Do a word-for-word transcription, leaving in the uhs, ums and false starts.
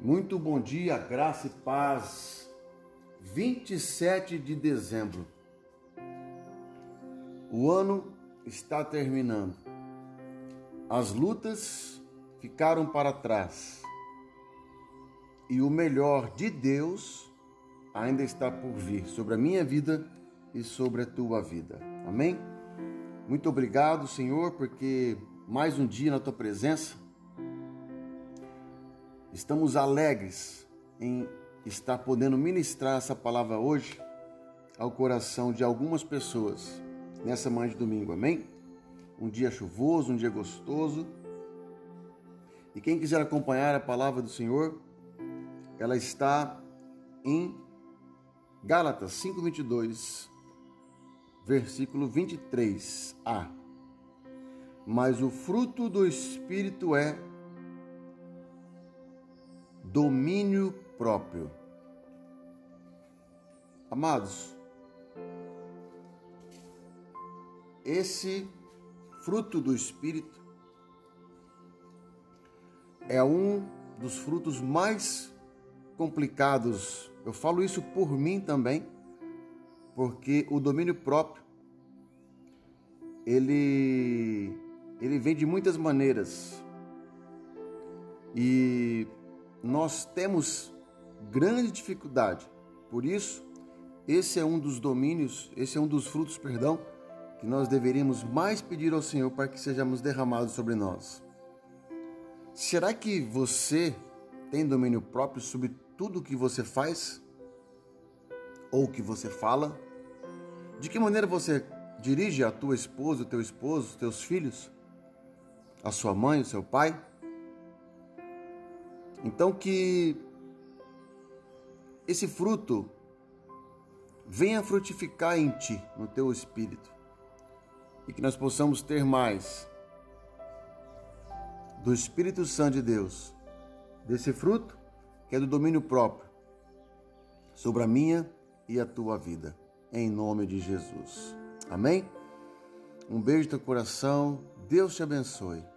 Muito bom dia, graça e paz. vinte e sete de dezembro. O ano está terminando. As lutas ficaram para trás. E o melhor de Deus ainda está por vir sobre a minha vida e sobre a tua vida. Amém? Muito obrigado, Senhor, porque mais um dia na tua presença. Estamos alegres em estar podendo ministrar essa palavra hoje ao coração de algumas pessoas nessa manhã de domingo, amém? Um dia chuvoso, um dia gostoso. E quem quiser acompanhar a palavra do Senhor, ela está em Gálatas cinco, vinte e dois, versículo vinte e três a. Mas o fruto do Espírito é domínio próprio. Amados, esse fruto do Espírito é um dos frutos mais complicados. Eu falo isso por mim também, porque o domínio próprio, ele, ele vem de muitas maneiras. E nós temos grande dificuldade. Por isso, esse é um dos domínios, esse é um dos frutos, perdão, que nós deveríamos mais pedir ao Senhor para que sejamos derramados sobre nós. Será que você tem domínio próprio sobre tudo o que você faz? Ou o que você fala? De que maneira você dirige a tua esposa, o teu esposo, os teus filhos? A sua mãe, o seu pai? Então que esse fruto venha frutificar em ti, no teu espírito, e que nós possamos ter mais do Espírito Santo de Deus, desse fruto que é do domínio próprio, sobre a minha e a tua vida, em nome de Jesus. Amém? Um beijo no teu coração, Deus te abençoe.